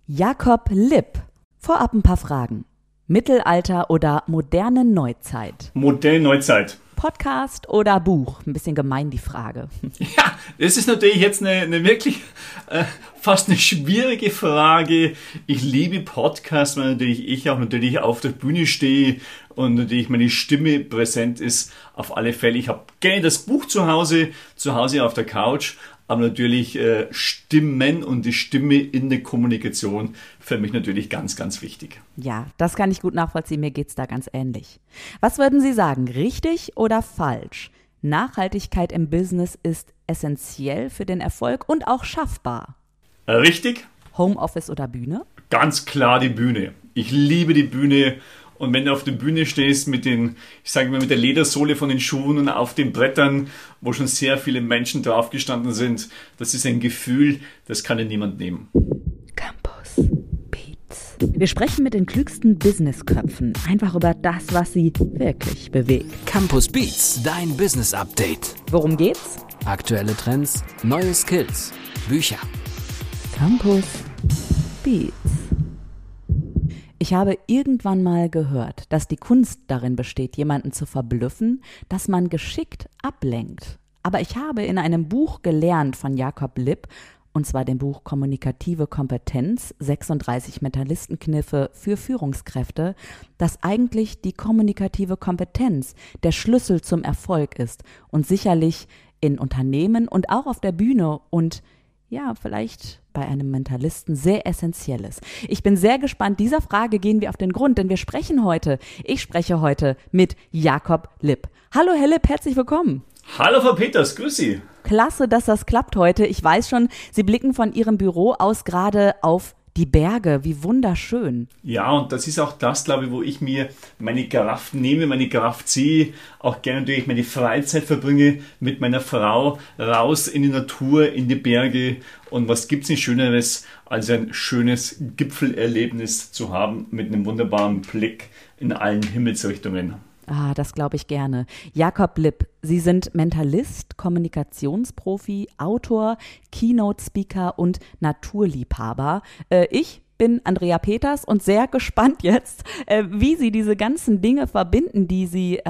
Jakob Lipp. Vorab ein paar Fragen. Mittelalter oder moderne Neuzeit? Moderne Neuzeit. Podcast oder Buch? Ein bisschen gemein die Frage. Ja, das ist natürlich jetzt eine wirklich fast eine schwierige Frage. Ich liebe Podcasts, weil natürlich ich auch natürlich auf der Bühne stehe und natürlich meine Stimme präsent ist. Auf alle Fälle. Ich habe gerne das Buch zu Hause auf der Couch. Aber natürlich Stimmen und die Stimme in der Kommunikation für mich natürlich ganz, ganz wichtig. Ja, das kann ich gut nachvollziehen. Mir geht's da ganz ähnlich. Was würden Sie sagen, richtig oder falsch? Nachhaltigkeit im Business ist essentiell für den Erfolg und auch schaffbar. Richtig? Homeoffice oder Bühne? Ganz klar die Bühne. Ich liebe die Bühne. Und wenn du auf der Bühne stehst mit den, ich sage mal, mit der Ledersohle von den Schuhen und auf den Brettern, wo schon sehr viele Menschen drauf gestanden sind, das ist ein Gefühl, das kann dir niemand nehmen. Campus Beats. Wir sprechen mit den klügsten Businessköpfen einfach über das, was sie wirklich bewegt. Campus Beats, dein Business Update. Worum geht's? Aktuelle Trends, neue Skills, Bücher. Campus Beats. Ich habe irgendwann mal gehört, dass die Kunst darin besteht, jemanden zu verblüffen, dass man geschickt ablenkt. Aber ich habe in einem Buch gelernt von Jakob Lipp, und zwar dem Buch Kommunikative Kompetenz, 36 Mentalistenkniffe für Führungskräfte, dass eigentlich die kommunikative Kompetenz der Schlüssel zum Erfolg ist und sicherlich in Unternehmen und auch auf der Bühne und ja, vielleicht bei einem Mentalisten sehr Essentielles. Ich bin sehr gespannt. Dieser Frage gehen wir auf den Grund, denn ich spreche heute mit Jakob Lipp. Hallo Herr Lipp, herzlich willkommen. Hallo Frau Peters, grüß Sie. Klasse, dass das klappt heute. Ich weiß schon, Sie blicken von Ihrem Büro aus gerade auf die Berge, wie wunderschön. Ja, und das ist auch das, glaube ich, wo ich mir meine Kraft nehme, meine Kraft ziehe, auch gerne natürlich meine Freizeit verbringe mit meiner Frau, raus in die Natur, in die Berge. Und was gibt's nicht Schöneres, als ein schönes Gipfelerlebnis zu haben mit einem wunderbaren Blick in allen Himmelsrichtungen. Ah, das glaube ich gerne. Jakob Lipp, Sie sind Mentalist, Kommunikationsprofi, Autor, Keynote-Speaker und Naturliebhaber. Ich bin Andrea Peters und sehr gespannt jetzt, wie Sie diese ganzen Dinge verbinden, die Sie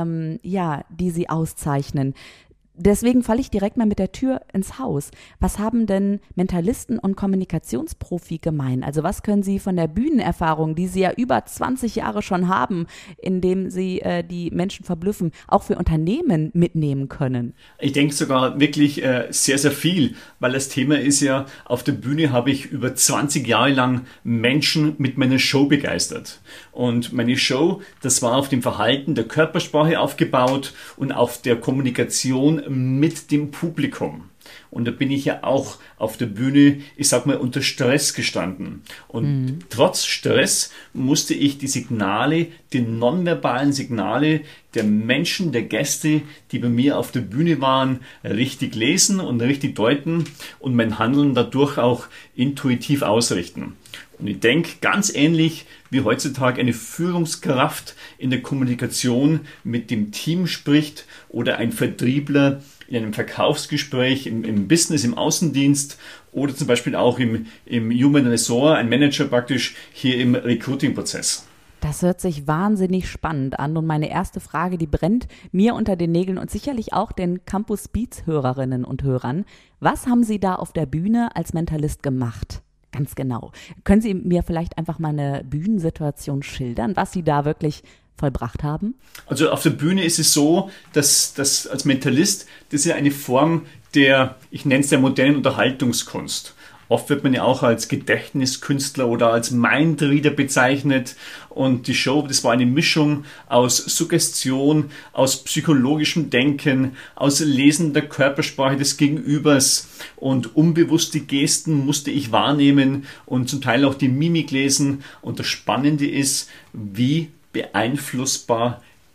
auszeichnen. Deswegen falle ich direkt mal mit der Tür ins Haus. Was haben denn Mentalisten und Kommunikationsprofi gemein? Also was können Sie von der Bühnenerfahrung, die Sie ja über 20 Jahre schon haben, indem Sie die Menschen verblüffen, auch für Unternehmen mitnehmen können? Ich denke sogar wirklich sehr, sehr viel, weil das Thema ist ja, auf der Bühne habe ich über 20 Jahre lang Menschen mit meiner Show begeistert. Und meine Show, das war auf dem Verhalten der Körpersprache aufgebaut und auf der Kommunikation mit dem Publikum. Und da bin ich ja auch auf der Bühne, ich sag mal, unter Stress gestanden. Und trotz Stress musste ich die Signale, die nonverbalen Signale der Menschen, der Gäste, die bei mir auf der Bühne waren, richtig lesen und richtig deuten und mein Handeln dadurch auch intuitiv ausrichten. Und ich denke, ganz ähnlich wie heutzutage eine Führungskraft in der Kommunikation mit dem Team spricht oder ein Vertriebler in einem Verkaufsgespräch, im Business, im Außendienst oder zum Beispiel auch im Human Resource, ein Manager praktisch hier im Recruiting-Prozess. Das hört sich wahnsinnig spannend an und meine erste Frage, die brennt mir unter den Nägeln und sicherlich auch den Campus Beats Hörerinnen und Hörern. Was haben Sie da auf der Bühne als Mentalist gemacht? Ganz genau. Können Sie mir vielleicht einfach mal eine Bühnensituation schildern, was Sie da wirklich vollbracht haben? Also auf der Bühne ist es so, dass als Mentalist, das ist ja eine Form der, ich nenne es der modernen Unterhaltungskunst. Oft wird man ja auch als Gedächtniskünstler oder als Mindreader bezeichnet. Und die Show, das war eine Mischung aus Suggestion, aus psychologischem Denken, aus Lesen der Körpersprache des Gegenübers. Und unbewusste Gesten musste ich wahrnehmen und zum Teil auch die Mimik lesen. Und das Spannende ist, wie beeinflussbar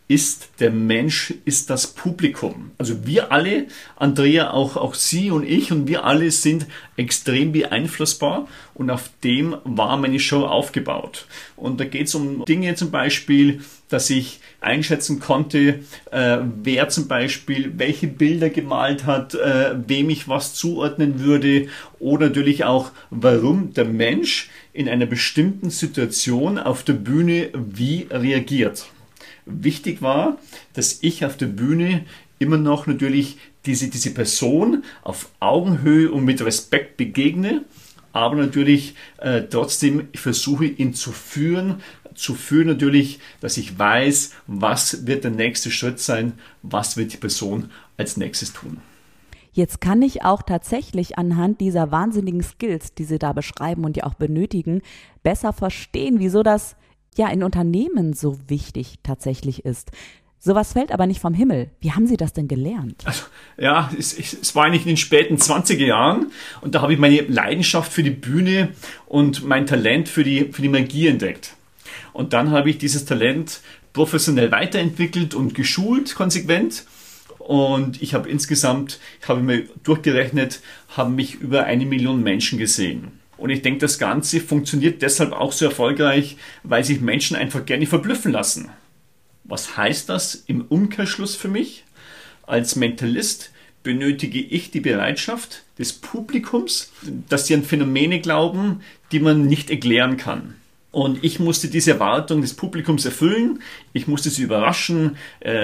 der Mensch, ist das Publikum. Also wir alle, Andrea, auch Sie und ich und wir alle sind extrem beeinflussbar und auf dem war meine Show aufgebaut. Und da geht es um Dinge zum Beispiel, dass ich einschätzen konnte, wer zum Beispiel welche Bilder gemalt hat, wem ich was zuordnen würde oder natürlich auch, warum der Mensch in einer bestimmten Situation auf der Bühne wie reagiert. Wichtig war, dass ich auf der Bühne immer noch natürlich diese Person auf Augenhöhe und mit Respekt begegne, aber natürlich trotzdem ich versuche, ihn zu führen natürlich, dass ich weiß, was wird der nächste Schritt sein, was wird die Person als nächstes tun. Jetzt kann ich auch tatsächlich anhand dieser wahnsinnigen Skills, die Sie da beschreiben und die auch benötigen, besser verstehen, wieso das ja in Unternehmen so wichtig tatsächlich ist. Sowas fällt aber nicht vom Himmel. Wie haben Sie das denn gelernt? Also, ja, es war eigentlich in den späten 20er Jahren und da habe ich meine Leidenschaft für die Bühne und mein Talent für die Magie entdeckt. Und dann habe ich dieses Talent professionell weiterentwickelt und geschult, konsequent. Und ich habe mir durchgerechnet, haben mich über 1 Million Menschen gesehen. Und ich denke, das Ganze funktioniert deshalb auch so erfolgreich, weil sich Menschen einfach gerne verblüffen lassen. Was heißt das im Umkehrschluss für mich? Als Mentalist benötige ich die Bereitschaft des Publikums, dass sie an Phänomene glauben, die man nicht erklären kann. Und ich musste diese Erwartung des Publikums erfüllen. Ich musste sie überraschen.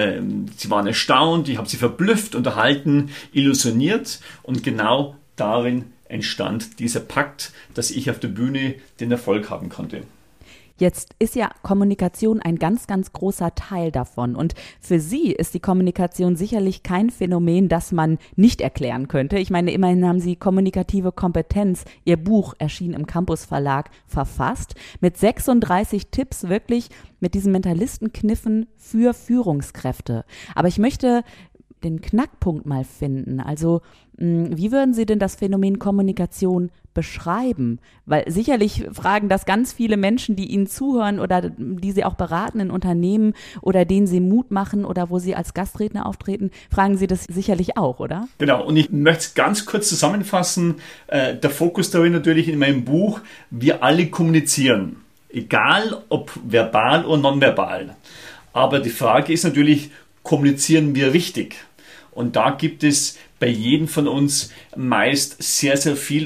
Sie waren erstaunt. Ich habe sie verblüfft, unterhalten, illusioniert. Und genau darin entstand dieser Pakt, dass ich auf der Bühne den Erfolg haben konnte. Jetzt ist ja Kommunikation ein ganz, ganz großer Teil davon. Und für Sie ist die Kommunikation sicherlich kein Phänomen, das man nicht erklären könnte. Ich meine, immerhin haben Sie kommunikative Kompetenz. Ihr Buch erschien im Campus Verlag verfasst mit 36 Tipps, wirklich mit diesen Mentalistenkniffen für Führungskräfte. Aber ich möchte den Knackpunkt mal finden. Also, wie würden Sie denn das Phänomen Kommunikation beschreiben? Weil sicherlich fragen das ganz viele Menschen, die Ihnen zuhören oder die Sie auch beraten in Unternehmen oder denen Sie Mut machen oder wo Sie als Gastredner auftreten, fragen Sie das sicherlich auch, oder? Genau, und ich möchte es ganz kurz zusammenfassen. Der Fokus darin natürlich in meinem Buch, wir alle kommunizieren. Egal ob verbal oder nonverbal. Aber die Frage ist natürlich, kommunizieren wir richtig? Und da gibt es bei jedem von uns meist sehr, sehr viel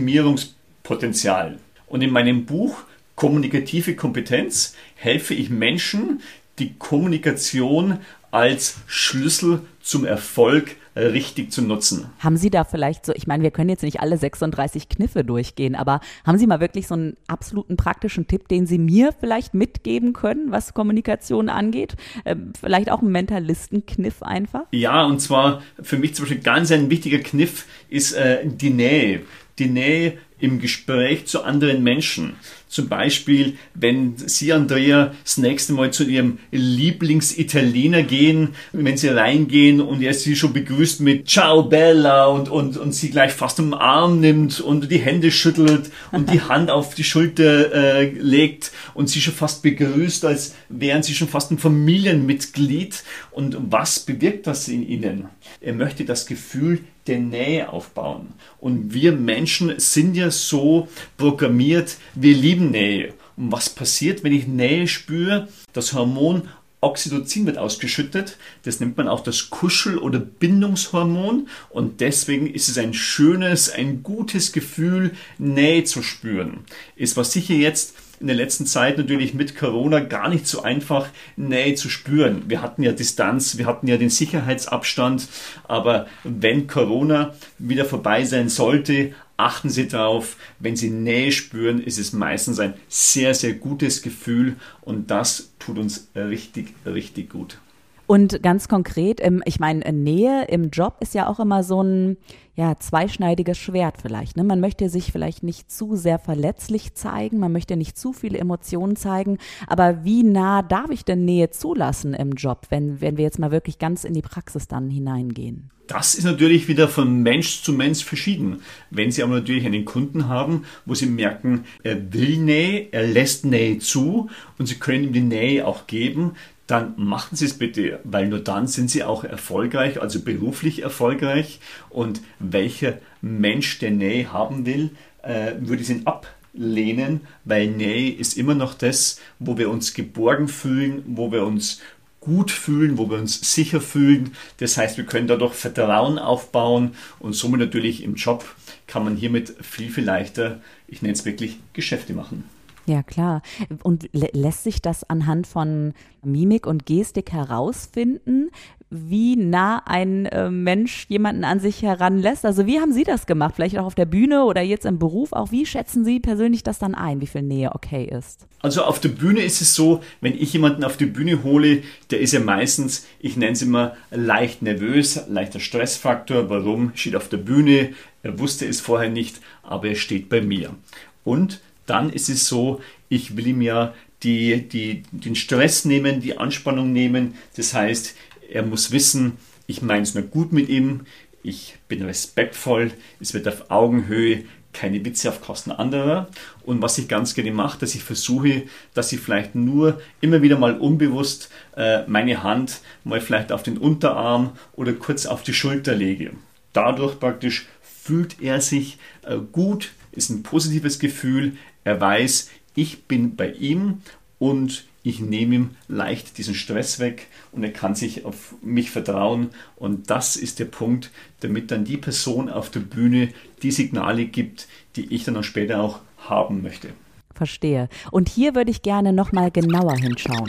Optimierungspotenzial. Und in meinem Buch Kommunikative Kompetenz helfe ich Menschen, die Kommunikation als Schlüssel zum Erfolg richtig zu nutzen. Haben Sie da vielleicht so, ich meine, wir können jetzt nicht alle 36 Kniffe durchgehen, aber haben Sie mal wirklich so einen absoluten praktischen Tipp, den Sie mir vielleicht mitgeben können, was Kommunikation angeht? Vielleicht auch ein Mentalistenkniff einfach? Ja, und zwar für mich zum Beispiel ganz ein wichtiger Kniff ist die Nähe. Die Nähe im Gespräch zu anderen Menschen. Zum Beispiel, wenn Sie, Andrea, das nächste Mal zu Ihrem Lieblingsitaliener gehen, wenn Sie reingehen und er Sie schon begrüßt mit Ciao Bella und Sie gleich fast am Arm nimmt und die Hände schüttelt und die Hand auf die Schulter legt und Sie schon fast begrüßt, als wären Sie schon fast ein Familienmitglied. Und was bewirkt das in Ihnen? Er möchte das Gefühl der Nähe aufbauen. Und wir Menschen sind ja so programmiert, wir lieben Nähe. Und was passiert, wenn ich Nähe spüre? Das Hormon Oxytocin wird ausgeschüttet. Das nennt man auch das Kuschel- oder Bindungshormon. Und deswegen ist es ein schönes, ein gutes Gefühl, Nähe zu spüren. Es war sicher jetzt in der letzten Zeit natürlich mit Corona gar nicht so einfach, Nähe zu spüren. Wir hatten ja Distanz, wir hatten ja den Sicherheitsabstand, aber wenn Corona wieder vorbei sein sollte, achten Sie darauf, wenn Sie Nähe spüren, ist es meistens ein sehr, sehr gutes Gefühl und das tut uns richtig, richtig gut. Und ganz konkret, ich meine, Nähe im Job ist ja auch immer so ein zweischneidiges Schwert vielleicht. Ne? Man möchte sich vielleicht nicht zu sehr verletzlich zeigen, man möchte nicht zu viele Emotionen zeigen, aber wie nah darf ich denn Nähe zulassen im Job, wenn wir jetzt mal wirklich ganz in die Praxis dann hineingehen? Das ist natürlich wieder von Mensch zu Mensch verschieden. Wenn Sie aber natürlich einen Kunden haben, wo Sie merken, er will Nähe, er lässt Nähe zu und Sie können ihm die Nähe auch geben, dann machen Sie es bitte, weil nur dann sind Sie auch erfolgreich, also beruflich erfolgreich. Und welcher Mensch, der Nähe haben will, würde Sie ablehnen, weil Nähe ist immer noch das, wo wir uns geborgen fühlen, wo wir uns gut fühlen, wo wir uns sicher fühlen. Das heißt, wir können dadurch Vertrauen aufbauen und somit natürlich im Job kann man hiermit viel, viel leichter, ich nenne es wirklich, Geschäfte machen. Ja, klar. Und lässt sich das anhand von Mimik und Gestik herausfinden, wie nah ein Mensch jemanden an sich heranlässt? Also wie haben Sie das gemacht? Vielleicht auch auf der Bühne oder jetzt im Beruf auch. Wie schätzen Sie persönlich das dann ein, wie viel Nähe okay ist? Also auf der Bühne ist es so, wenn ich jemanden auf die Bühne hole, der ist ja meistens, ich nenne es immer, leicht nervös, leichter Stressfaktor. Warum? Steht auf der Bühne, er wusste es vorher nicht, aber er steht bei mir. Und dann ist es so, ich will ihm ja den Stress nehmen, die Anspannung nehmen. Das heißt, er muss wissen, ich meine es nur gut mit ihm, ich bin respektvoll, es wird auf Augenhöhe, keine Witze auf Kosten anderer. Und was ich ganz gerne mache, dass ich versuche, dass ich vielleicht nur immer wieder mal unbewusst meine Hand mal vielleicht auf den Unterarm oder kurz auf die Schulter lege. Dadurch praktisch fühlt er sich gut, ist ein positives Gefühl. Er weiß, ich bin bei ihm und ich nehme ihm leicht diesen Stress weg und er kann sich auf mich vertrauen. Und das ist der Punkt, damit dann die Person auf der Bühne die Signale gibt, die ich dann auch später auch haben möchte. Verstehe. Und hier würde ich gerne nochmal genauer hinschauen.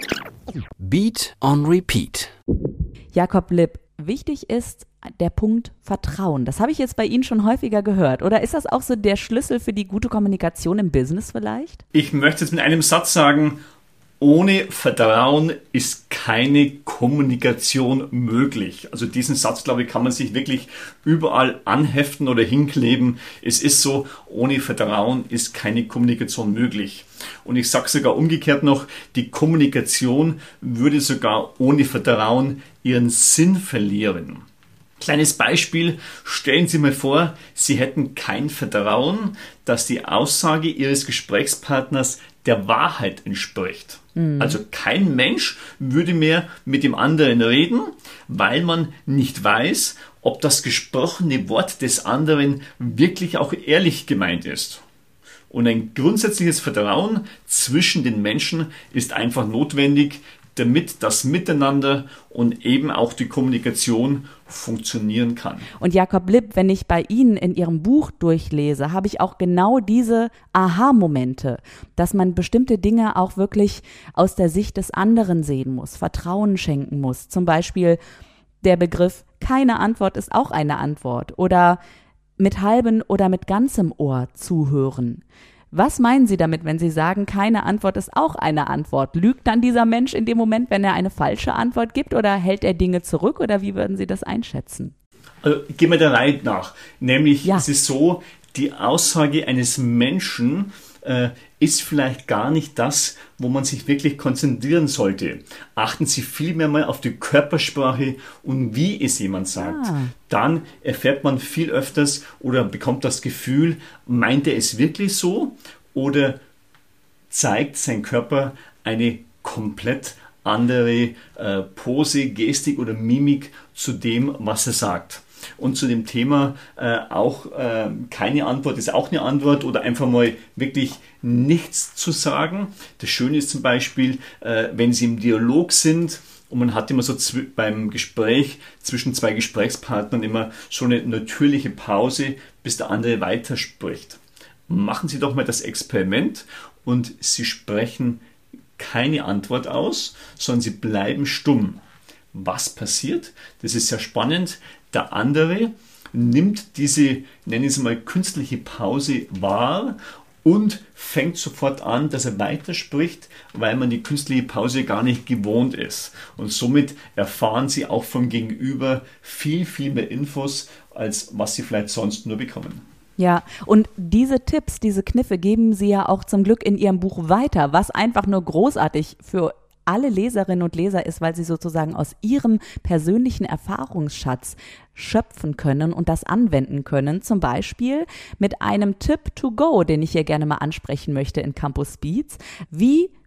Beat on Repeat. Jakob Lipp, wichtig ist der Punkt Vertrauen. Das habe ich jetzt bei Ihnen schon häufiger gehört. Oder ist das auch so der Schlüssel für die gute Kommunikation im Business vielleicht? Ich möchte jetzt mit einem Satz sagen, ohne Vertrauen ist keine Kommunikation möglich. Also diesen Satz, glaube ich, kann man sich wirklich überall anheften oder hinkleben. Es ist so, ohne Vertrauen ist keine Kommunikation möglich. Und ich sage sogar umgekehrt noch, die Kommunikation würde sogar ohne Vertrauen ihren Sinn verlieren. Kleines Beispiel, stellen Sie mal vor, Sie hätten kein Vertrauen, dass die Aussage Ihres Gesprächspartners der Wahrheit entspricht. Also kein Mensch würde mehr mit dem anderen reden, weil man nicht weiß, ob das gesprochene Wort des anderen wirklich auch ehrlich gemeint ist. Und ein grundsätzliches Vertrauen zwischen den Menschen ist einfach notwendig, damit das Miteinander und eben auch die Kommunikation funktionieren kann. Und Jakob Lipp, wenn ich bei Ihnen in Ihrem Buch durchlese, habe ich auch genau diese Aha-Momente, dass man bestimmte Dinge auch wirklich aus der Sicht des anderen sehen muss, Vertrauen schenken muss. Zum Beispiel der Begriff, keine Antwort ist auch eine Antwort oder mit halbem oder mit ganzem Ohr zuhören. Was meinen Sie damit, wenn Sie sagen, keine Antwort ist auch eine Antwort? Lügt dann dieser Mensch in dem Moment, wenn er eine falsche Antwort gibt oder hält er Dinge zurück oder wie würden Sie das einschätzen? Also gehen wir der Reihe nach. Nämlich es ist so, die Aussage eines Menschen ist vielleicht gar nicht das, wo man sich wirklich konzentrieren sollte. Achten Sie vielmehr mal auf die Körpersprache und wie es jemand sagt. Dann erfährt man viel öfters oder bekommt das Gefühl, meint er es wirklich so oder zeigt sein Körper eine komplett andere Pose, Gestik oder Mimik zu dem, was er sagt. Und zu dem Thema auch keine Antwort ist auch eine Antwort oder einfach mal wirklich nichts zu sagen. Das Schöne ist zum Beispiel, wenn Sie im Dialog sind und man hat immer so beim Gespräch zwischen zwei Gesprächspartnern immer so eine natürliche Pause, bis der andere weiterspricht. Machen Sie doch mal das Experiment und Sie sprechen keine Antwort aus, sondern Sie bleiben stumm. Was passiert? Das ist sehr spannend. Der andere nimmt diese, nenne ich es mal, künstliche Pause wahr und fängt sofort an, dass er weiterspricht, weil man die künstliche Pause gar nicht gewohnt ist. Und somit erfahren Sie auch vom Gegenüber viel, viel mehr Infos, als was Sie vielleicht sonst nur bekommen. Ja, und diese Tipps, diese Kniffe geben Sie ja auch zum Glück in Ihrem Buch weiter, was einfach nur großartig für alle Leserinnen und Leser ist, weil sie sozusagen aus ihrem persönlichen Erfahrungsschatz schöpfen können und das anwenden können. Zum Beispiel mit einem Tip to go, den ich hier gerne mal ansprechen möchte in Campus Beats. Wie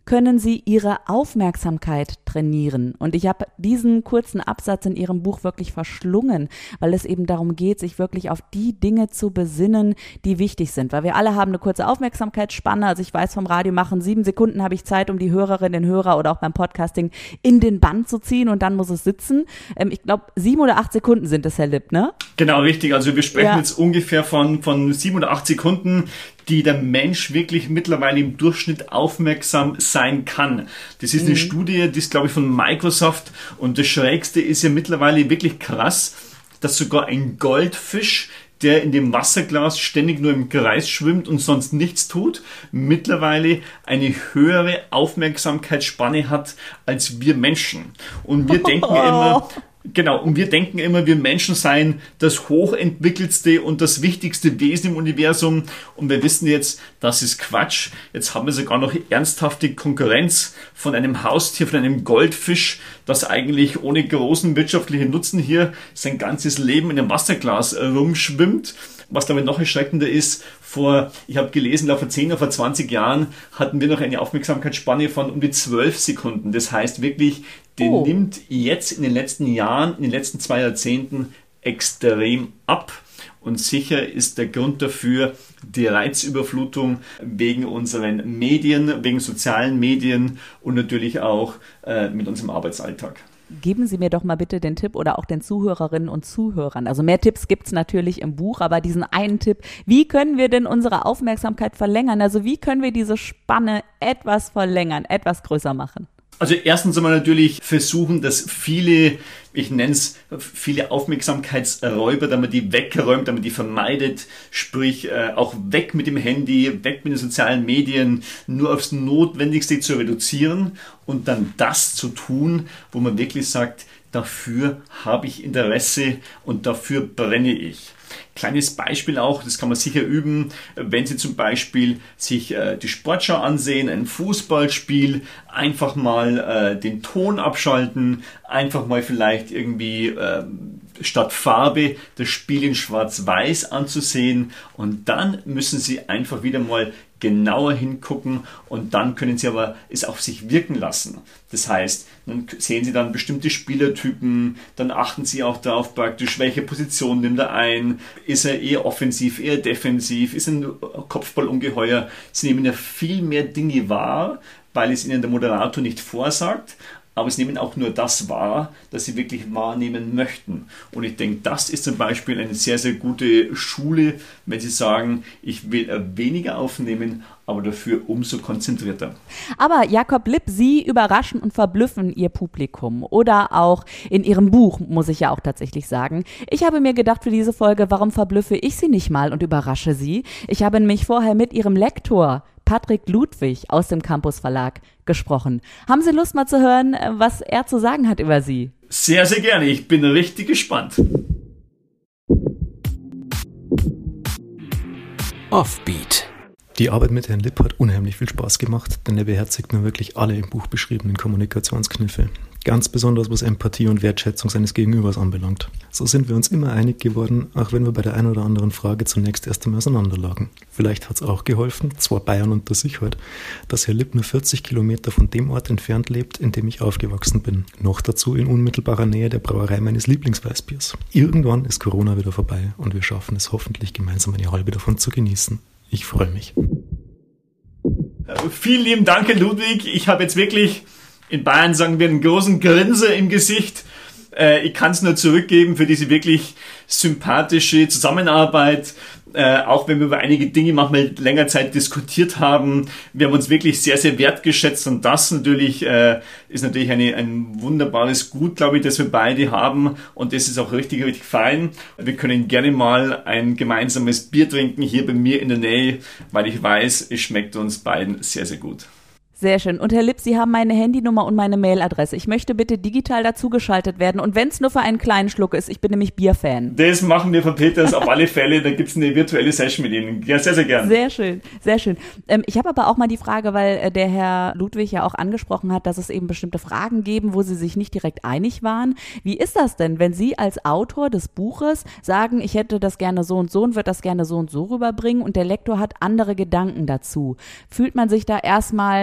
können Sie Ihre Aufmerksamkeit trainieren? Und ich habe diesen kurzen Absatz in Ihrem Buch wirklich verschlungen, weil es eben darum geht, sich wirklich auf die Dinge zu besinnen, die wichtig sind. Weil wir alle haben eine kurze Aufmerksamkeitsspanne. Also ich weiß vom Radio machen, 7 Sekunden habe ich Zeit, um die Hörerin, den Hörer oder auch beim Podcasting in den Bann zu ziehen und dann muss es sitzen. Ich glaube, 7 oder 8 Sekunden sind es, Herr Lipp, ne? Genau, richtig. Also wir sprechen jetzt ungefähr von 7 oder 8 Sekunden, die der Mensch wirklich mittlerweile im Durchschnitt aufmerksam sein kann. Das ist eine Studie, die ist, glaube ich, von Microsoft. Und das Schrägste ist ja mittlerweile wirklich krass, dass sogar ein Goldfisch, der in dem Wasserglas ständig nur im Kreis schwimmt und sonst nichts tut, mittlerweile eine höhere Aufmerksamkeitsspanne hat als wir Menschen. Und wir denken immer... Genau, und wir denken immer, wir Menschen seien das hochentwickelste und das wichtigste Wesen im Universum. Und wir wissen jetzt, das ist Quatsch. Jetzt haben wir sogar noch ernsthafte Konkurrenz von einem Haustier, von einem Goldfisch, das eigentlich ohne großen wirtschaftlichen Nutzen hier sein ganzes Leben in einem Wasserglas rumschwimmt. Was damit noch erschreckender ist, ich habe gelesen, vor 10 oder vor 20 Jahren hatten wir noch eine Aufmerksamkeitsspanne von um die 12 Sekunden. Das heißt wirklich, der nimmt jetzt in den letzten Jahren, in den letzten 2 Jahrzehnten extrem ab. Und sicher ist der Grund dafür die Reizüberflutung wegen unseren Medien, wegen sozialen Medien und natürlich auch mit unserem Arbeitsalltag. Geben Sie mir doch mal bitte den Tipp oder auch den Zuhörerinnen und Zuhörern. Also mehr Tipps gibt's natürlich im Buch, aber diesen einen Tipp, wie können wir denn unsere Aufmerksamkeit verlängern? Also wie können wir diese Spanne etwas verlängern, etwas größer machen? Also erstens einmal natürlich versuchen, dass viele Aufmerksamkeitsräuber, damit die wegräumt, damit die vermeidet, sprich auch weg mit dem Handy, weg mit den sozialen Medien, nur aufs Notwendigste zu reduzieren und dann das zu tun, wo man wirklich sagt, dafür habe ich Interesse und dafür brenne ich. Kleines Beispiel auch, das kann man sicher üben, wenn Sie zum Beispiel sich die Sportschau ansehen, ein Fußballspiel, einfach mal den Ton abschalten, einfach mal vielleicht irgendwie statt Farbe das Spiel in Schwarz-Weiß anzusehen und dann müssen Sie einfach wieder mal genauer hingucken und dann können Sie aber es auf sich wirken lassen. Das heißt, dann sehen Sie dann bestimmte Spielertypen, dann achten Sie auch darauf praktisch, welche Position nimmt er ein, ist er eher offensiv, eher defensiv, ist er ein Kopfballungeheuer. Sie nehmen ja viel mehr Dinge wahr, weil es Ihnen der Moderator nicht vorsagt, aber sie nehmen auch nur das wahr, das sie wirklich wahrnehmen möchten. Und ich denke, das ist zum Beispiel eine sehr, sehr gute Schule, wenn Sie sagen, ich will weniger aufnehmen, aber dafür umso konzentrierter. Aber Jakob Lipp, Sie überraschen und verblüffen Ihr Publikum oder auch in Ihrem Buch, muss ich ja auch tatsächlich sagen. Ich habe mir gedacht für diese Folge, warum verblüffe ich Sie nicht mal und überrasche Sie? Ich habe nämlich vorher mit Ihrem Lektor Patrick Ludwig aus dem Campus Verlag gesprochen. Haben Sie Lust mal zu hören, was er zu sagen hat über Sie? Sehr, sehr gerne. Ich bin richtig gespannt. Offbeat. Die Arbeit mit Herrn Lipp hat unheimlich viel Spaß gemacht, denn er beherzigt nun wirklich alle im Buch beschriebenen Kommunikationskniffe. Ganz besonders was Empathie und Wertschätzung seines Gegenübers anbelangt. So sind wir uns immer einig geworden, auch wenn wir bei der einen oder anderen Frage zunächst erst einmal auseinanderlagen. Vielleicht hat es auch geholfen, zwar Bayern unter sich halt, dass Herr Lipp nur 40 Kilometer von dem Ort entfernt lebt, in dem ich aufgewachsen bin. Noch dazu in unmittelbarer Nähe der Brauerei meines Lieblingsweißbiers. Irgendwann ist Corona wieder vorbei und wir schaffen es hoffentlich gemeinsam eine halbe davon zu genießen. Ich freue mich. Vielen lieben Dank, Herr Ludwig. Ich habe jetzt wirklich, in Bayern sagen wir, einen großen Grinser im Gesicht. Ich kann es nur zurückgeben für diese wirklich sympathische Zusammenarbeit. Auch wenn wir über einige Dinge manchmal länger Zeit diskutiert haben. Wir haben uns wirklich sehr, sehr wertgeschätzt und das natürlich ist natürlich ein wunderbares Gut, glaube ich, das wir beide haben und das ist auch richtig, richtig fein. Wir können gerne mal ein gemeinsames Bier trinken hier bei mir in der Nähe, weil ich weiß, es schmeckt uns beiden sehr, sehr gut. Sehr schön. Und Herr Lipp, Sie haben meine Handynummer und meine Mailadresse. Ich möchte bitte digital dazugeschaltet werden und wenn es nur für einen kleinen Schluck ist, ich bin nämlich Bierfan. Das machen wir von Peters auf alle Fälle, da gibt es eine virtuelle Session mit Ihnen. Ja, sehr, sehr gerne. Sehr schön, sehr schön. Ich habe aber auch mal die Frage, weil der Herr Ludwig ja auch angesprochen hat, dass es eben bestimmte Fragen geben, wo Sie sich nicht direkt einig waren. Wie ist das denn, wenn Sie als Autor des Buches sagen, ich hätte das gerne so und würde das gerne so und so rüberbringen und der Lektor hat andere Gedanken dazu? Fühlt man sich da erstmal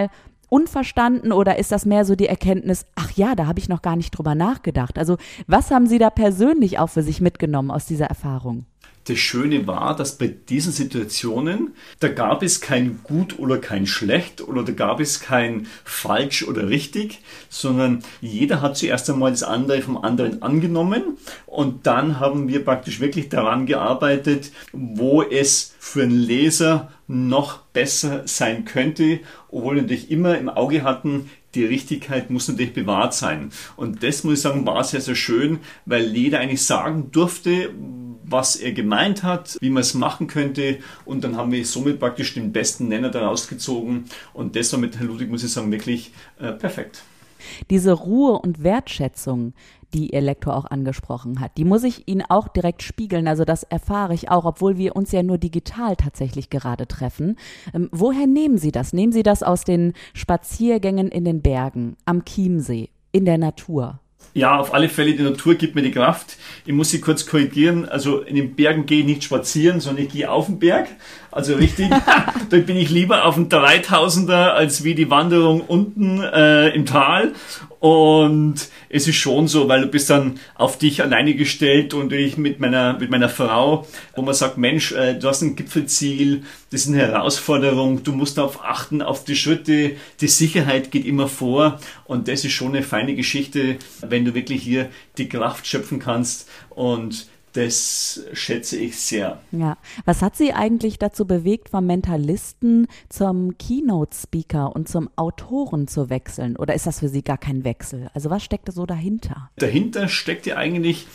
unverstanden oder ist das mehr so die Erkenntnis, ach ja, da habe ich noch gar nicht drüber nachgedacht? Also was haben Sie da persönlich auch für sich mitgenommen aus dieser Erfahrung? Das Schöne war, dass bei diesen Situationen, da gab es kein Gut oder kein Schlecht oder da gab es kein Falsch oder Richtig, sondern jeder hat zuerst einmal das andere vom anderen angenommen und dann haben wir praktisch wirklich daran gearbeitet, wo es für einen Leser noch besser sein könnte, obwohl wir natürlich immer im Auge hatten, die Richtigkeit muss natürlich bewahrt sein. Und das, muss ich sagen, war sehr, sehr schön, weil jeder eigentlich sagen durfte, was er gemeint hat, wie man es machen könnte. Und dann haben wir somit praktisch den besten Nenner daraus gezogen. Und das war mit Herrn Ludwig, muss ich sagen, wirklich perfekt. Diese Ruhe und Wertschätzung, die Ihr Lektor auch angesprochen hat, die muss ich Ihnen auch direkt spiegeln. Also das erfahre ich auch, obwohl wir uns ja nur digital tatsächlich gerade treffen. Woher nehmen Sie das? Nehmen Sie das aus den Spaziergängen in den Bergen, am Chiemsee, in der Natur? Ja, auf alle Fälle, die Natur gibt mir die Kraft. Ich muss Sie kurz korrigieren. Also in den Bergen gehe ich nicht spazieren, sondern ich gehe auf den Berg. Also richtig, da bin ich lieber auf dem 3000er als wie die Wanderung unten im Tal. Und es ist schon so, weil du bist dann auf dich alleine gestellt und ich mit meiner Frau, wo man sagt, Mensch, du hast ein Gipfelziel, das ist eine Herausforderung, du musst darauf achten, auf die Schritte, die Sicherheit geht immer vor und das ist schon eine feine Geschichte, wenn du wirklich hier die Kraft schöpfen kannst und das schätze ich sehr. Ja. Was hat Sie eigentlich dazu bewegt, vom Mentalisten zum Keynote-Speaker und zum Autoren zu wechseln? Oder ist das für Sie gar kein Wechsel? Also was steckte so dahinter? Dahinter steckte eigentlich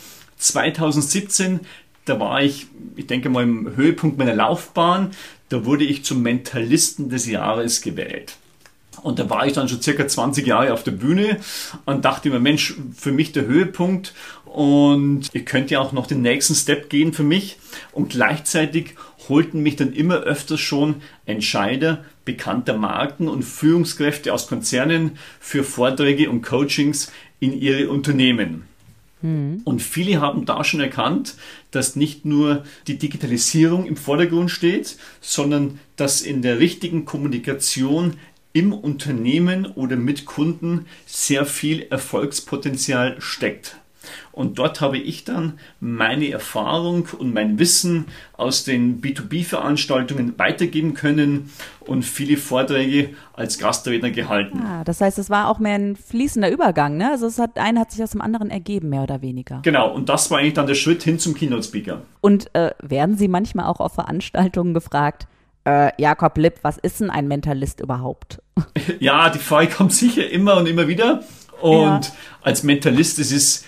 2017, da war ich denke mal im Höhepunkt meiner Laufbahn, da wurde ich zum Mentalisten des Jahres gewählt. Und da war ich dann schon circa 20 Jahre auf der Bühne und dachte mir, Mensch, für mich der Höhepunkt und ich könnte ja auch noch den nächsten Step gehen für mich. Und gleichzeitig holten mich dann immer öfters schon Entscheider bekannter Marken und Führungskräfte aus Konzernen für Vorträge und Coachings in ihre Unternehmen. Und viele haben da schon erkannt, dass nicht nur die Digitalisierung im Vordergrund steht, sondern dass in der richtigen Kommunikation im Unternehmen oder mit Kunden sehr viel Erfolgspotenzial steckt. Und dort habe ich dann meine Erfahrung und mein Wissen aus den B2B-Veranstaltungen weitergeben können und viele Vorträge als Gastredner gehalten. Ah, das heißt, es war auch mehr ein fließender Übergang, ne? Also einer hat sich aus dem anderen ergeben, mehr oder weniger. Genau, und das war eigentlich dann der Schritt hin zum Keynote-Speaker. Und werden Sie manchmal auch auf Veranstaltungen gefragt, Jakob Lipp, was ist denn ein Mentalist überhaupt? Ja, die Frage kommt sicher immer und immer wieder. Und als Mentalist, das ist,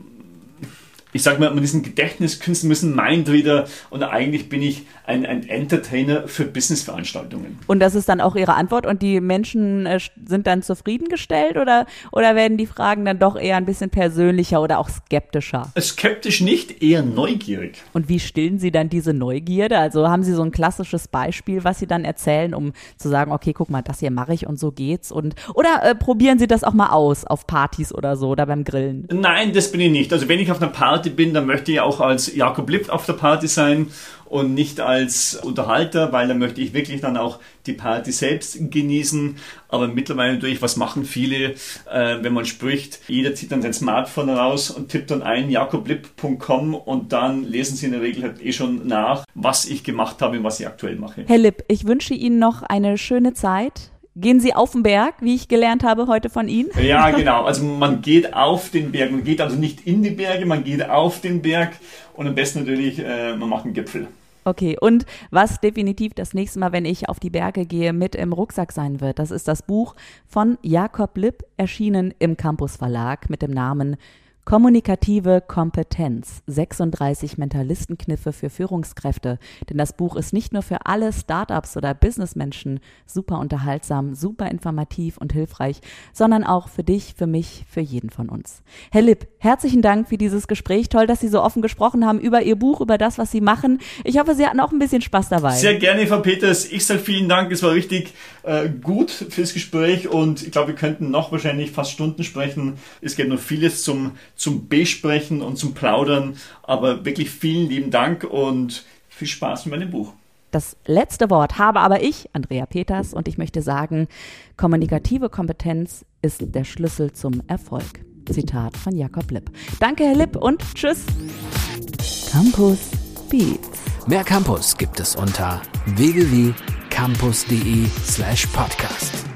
ich sage mal, man ist ein Gedächtniskünstler, man ist ein Mindreader und eigentlich bin ich ein Entertainer für Businessveranstaltungen. Und das ist dann auch Ihre Antwort und die Menschen sind dann zufriedengestellt oder werden die Fragen dann doch eher ein bisschen persönlicher oder auch skeptischer? Skeptisch nicht, eher neugierig. Und wie stillen Sie dann diese Neugierde? Also haben Sie so ein klassisches Beispiel, was Sie dann erzählen, um zu sagen, okay, guck mal, das hier mache ich und so geht's oder probieren Sie das auch mal aus auf Partys oder so oder beim Grillen? Nein, das bin ich nicht. Also wenn ich auf einer Party bin, dann möchte ich auch als Jakob Lipp auf der Party sein und nicht als Unterhalter, weil dann möchte ich wirklich dann auch die Party selbst genießen. Aber mittlerweile natürlich, was machen viele, wenn man spricht, jeder zieht dann sein Smartphone raus und tippt dann ein jakoblipp.com und dann lesen sie in der Regel halt schon nach, was ich gemacht habe und was ich aktuell mache. Herr Lipp, ich wünsche Ihnen noch eine schöne Zeit. Gehen Sie auf den Berg, wie ich gelernt habe heute von Ihnen? Ja, genau. Also man geht auf den Berg. Man geht also nicht in die Berge, man geht auf den Berg und am besten natürlich, man macht einen Gipfel. Okay, und was definitiv das nächste Mal, wenn ich auf die Berge gehe, mit im Rucksack sein wird, das ist das Buch von Jakob Lipp, erschienen im Campus Verlag mit dem Namen Kommunikative Kompetenz, 36 Mentalistenkniffe für Führungskräfte. Denn das Buch ist nicht nur für alle Startups oder Businessmenschen super unterhaltsam, super informativ und hilfreich, sondern auch für dich, für mich, für jeden von uns. Herr Lipp, herzlichen Dank für dieses Gespräch. Toll, dass Sie so offen gesprochen haben über Ihr Buch, über das, was Sie machen. Ich hoffe, Sie hatten auch ein bisschen Spaß dabei. Sehr gerne, Frau Peters. Ich sage vielen Dank. Es war richtig gut fürs Gespräch und ich glaube, wir könnten noch wahrscheinlich fast Stunden sprechen. Es gibt noch vieles zum Besprechen und zum Plaudern, aber wirklich vielen lieben Dank und viel Spaß mit meinem Buch. Das letzte Wort habe aber ich, Andrea Peters, und ich möchte sagen, kommunikative Kompetenz ist der Schlüssel zum Erfolg. Zitat von Jakob Lipp. Danke, Herr Lipp, und tschüss. Campus Beats. Mehr Campus gibt es unter www.campus.de/podcast.